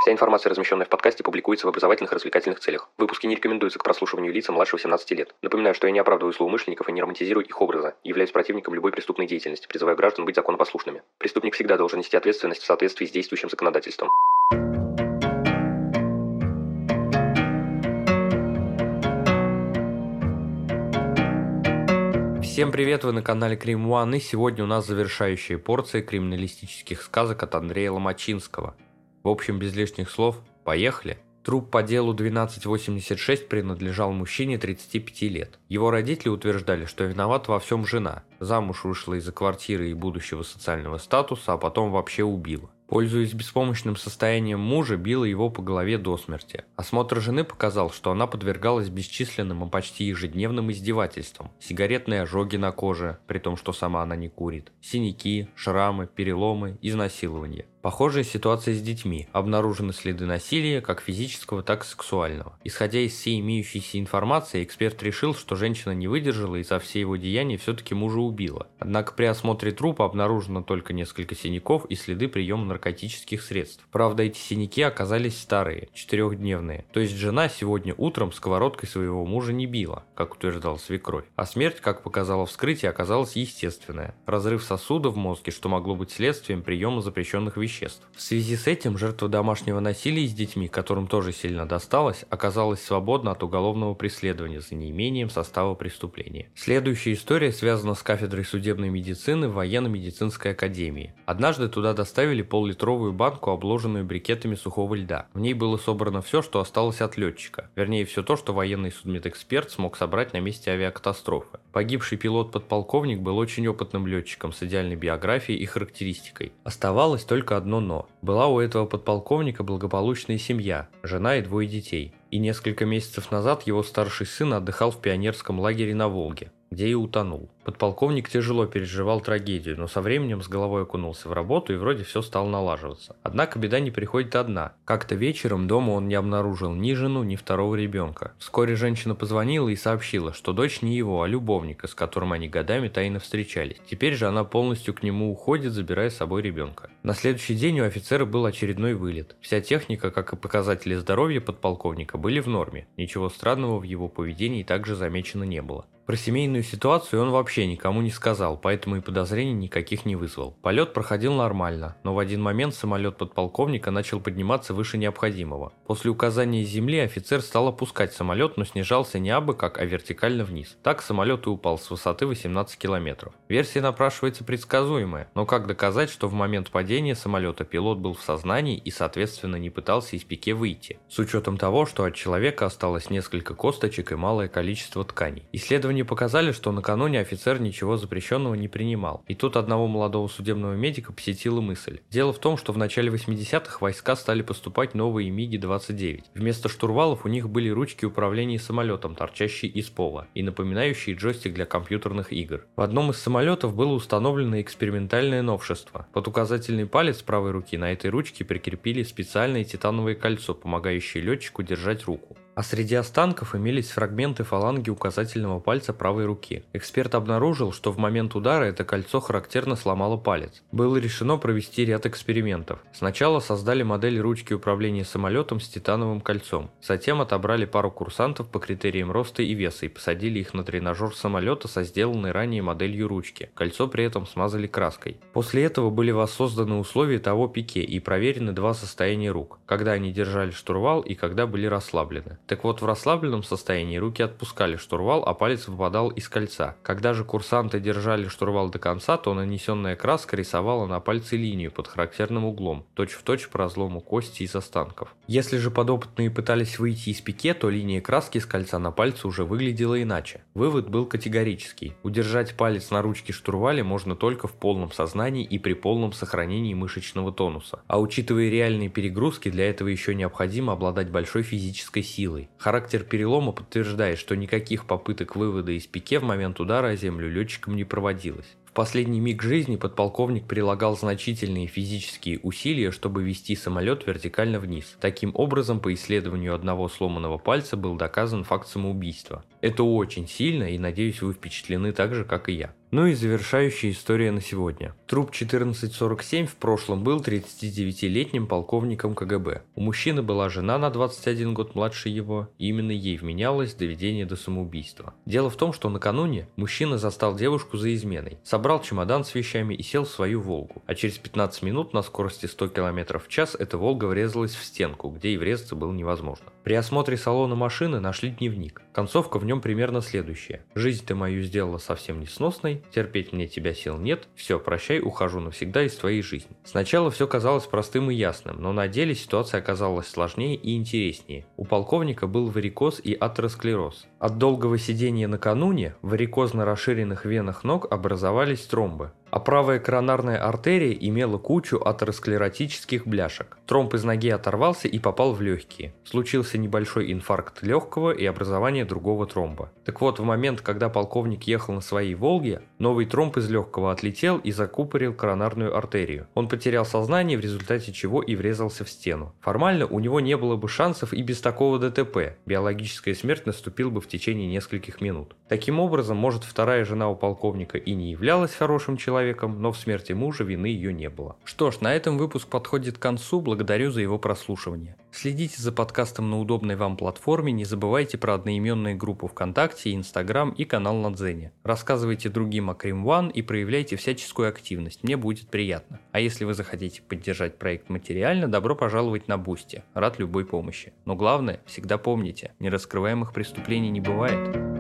Вся информация, размещенная в подкасте, публикуется в образовательных и развлекательных целях. Выпуски не рекомендуются к прослушиванию лицам младше 18 лет. Напоминаю, что я не оправдываю злоумышленников и не романтизирую их образа, являюсь противником любой преступной деятельности, призываю граждан быть законопослушными. Преступник всегда должен нести ответственность в соответствии с действующим законодательством. Всем привет, вы на канале Крим One, и сегодня у нас завершающая порция криминалистических сказок от Андрея Ломачинского. В общем, без лишних слов, поехали! Труп по делу 1286 принадлежал мужчине 35 лет. Его родители утверждали, что виноват во всем жена. Замуж вышла из-за квартиры и будущего социального статуса, а потом вообще убила. Пользуясь беспомощным состоянием мужа, била его по голове до смерти. Осмотр жены показал, что она подвергалась бесчисленным и почти ежедневным издевательствам. Сигаретные ожоги на коже, при том, что сама она не курит. Синяки, шрамы, переломы, изнасилования. Похожая ситуация с детьми. Обнаружены следы насилия, как физического, так и сексуального. Исходя из всей имеющейся информации, эксперт решил, что женщина не выдержала и за все его деяния все-таки мужа убила. Однако при осмотре трупа обнаружено только несколько синяков и следы приема наркотических средств. Правда, эти синяки оказались старые, 4-дневные. То есть жена сегодня утром сковородкой своего мужа не била, как утверждал свекровь. А смерть, как показало вскрытие, оказалась естественная. Разрыв сосуда в мозге, что могло быть следствием приема запрещенных веществ. В связи с этим жертва домашнего насилия с детьми, которым тоже сильно досталось, оказалась свободна от уголовного преследования за неимением состава преступления. Следующая история связана с кафедрой судебной медицины в военно-медицинской академии. Однажды туда доставили пол-литровую банку, обложенную брикетами сухого льда. В ней было собрано все, что осталось от летчика. Вернее, все то, что военный судмедэксперт смог собрать на месте авиакатастрофы. Погибший пилот-подполковник был очень опытным летчиком с идеальной биографией и характеристикой. Оставалось только одно «но». Была у этого подполковника благополучная семья, жена и 2 детей. И несколько месяцев назад его старший сын отдыхал в пионерском лагере на Волге, где и утонул. Подполковник тяжело переживал трагедию, но со временем с головой окунулся в работу и вроде все стало налаживаться. Однако беда не приходит одна. Как-то вечером дома он не обнаружил ни жену, ни второго ребенка. Вскоре женщина позвонила и сообщила, что дочь не его, а любовника, с которым они годами тайно встречались. Теперь же она полностью к нему уходит, забирая с собой ребенка. На следующий день у офицера был очередной вылет. Вся техника, как и показатели здоровья подполковника, были в норме. Ничего странного в его поведении также замечено не было. Про семейную ситуацию он вообще никому не сказал, поэтому и подозрений никаких не вызвал. Полет проходил нормально, но в один момент самолет подполковника начал подниматься выше необходимого. После указания с земли офицер стал опускать самолет, но снижался не абы как, а вертикально вниз. Так самолет и упал с высоты 18 километров. Версия напрашивается предсказуемая, но как доказать, что в момент падения самолета пилот был в сознании и, соответственно, не пытался из пике выйти, с учетом того, что от человека осталось несколько косточек и малое количество тканей. Исследования показали, что накануне офицер ничего запрещенного не принимал. И тут одного молодого судебного медика посетила мысль. Дело в том, что в начале 80-х в войска стали поступать новые МиГи-29. Вместо штурвалов у них были ручки управления самолетом, торчащие из пола, и напоминающие джойстик для компьютерных игр. В одном из самолетов было установлено экспериментальное новшество. Под указательный палец правой руки на этой ручке прикрепили специальное титановое кольцо, помогающее летчику держать руку. А среди останков имелись фрагменты фаланги указательного пальца правой руки. Эксперт обнаружил, что в момент удара это кольцо характерно сломало палец. Было решено провести ряд экспериментов. Сначала создали модель ручки управления самолетом с титановым кольцом. Затем отобрали пару курсантов по критериям роста и веса и посадили их на тренажер самолета со сделанной ранее моделью ручки. Кольцо при этом смазали краской. После этого были воссозданы условия того пике и проверены 2 состояния рук. Когда они держали штурвал и когда были расслаблены. Так вот, в расслабленном состоянии руки отпускали штурвал, а палец выпадал из кольца. Когда же курсанты держали штурвал до конца, то нанесенная краска рисовала на пальце линию под характерным углом, точь-в-точь по разлому кости из останков. Если же подопытные пытались выйти из пике, то линия краски с кольца на пальце уже выглядела иначе. Вывод был категорический. Удержать палец на ручке штурвале можно только в полном сознании и при полном сохранении мышечного тонуса. А учитывая реальные перегрузки, для этого еще необходимо обладать большой физической силой. Характер перелома подтверждает, что никаких попыток вывода из пике в момент удара о землю летчикам не проводилось. В последний миг жизни подполковник прилагал значительные физические усилия, чтобы вести самолет вертикально вниз. Таким образом, по исследованию одного сломанного пальца был доказан факт самоубийства. Это очень сильно, и надеюсь, вы впечатлены так же, как и я. Ну и завершающая история на сегодня. Труп 1447 в прошлом был 39-летним полковником КГБ. У мужчины была жена на 21 год младше его, и именно ей вменялось доведение до самоубийства. Дело в том, что накануне мужчина застал девушку за изменой, собрал чемодан с вещами и сел в свою «Волгу». А через 15 минут на скорости 100 км в час эта «Волга» врезалась в стенку, где и врезаться было невозможно. При осмотре салона машины нашли дневник. Концовка в нем примерно следующая. «Жизнь ты мою сделала совсем несносной, терпеть мне тебя сил нет, все, прощай, ухожу навсегда из твоей жизни». Сначала все казалось простым и ясным, но на деле ситуация оказалась сложнее и интереснее. У полковника был варикоз и атеросклероз. От долгого сидения накануне в варикозно расширенных венах ног образовались тромбы, а правая коронарная артерия имела кучу атеросклеротических бляшек. Тромб из ноги оторвался и попал в легкие. Случился небольшой инфаркт легкого и образование другого тромба. Так вот, в момент, когда полковник ехал на своей «Волге», новый тромб из легкого отлетел и закупорил коронарную артерию. Он потерял сознание, в результате чего и врезался в стену. Формально у него не было бы шансов и без такого ДТП. Биологическая смерть наступила бы в течение нескольких минут. Таким образом, может, вторая жена у полковника и не являлась хорошим человеком, но в смерти мужа вины ее не было. Что ж, на этом выпуск подходит к концу, благодарю за его прослушивание. Следите за подкастом на удобной вам платформе, не забывайте про одноименные группы ВКонтакте, Инстаграм и канал на Дзене. Рассказывайте другим о Крим One и проявляйте всяческую активность, мне будет приятно. А если вы захотите поддержать проект материально, добро пожаловать на Бусти, рад любой помощи. Но главное, всегда помните, нераскрываемых преступлений не бывает.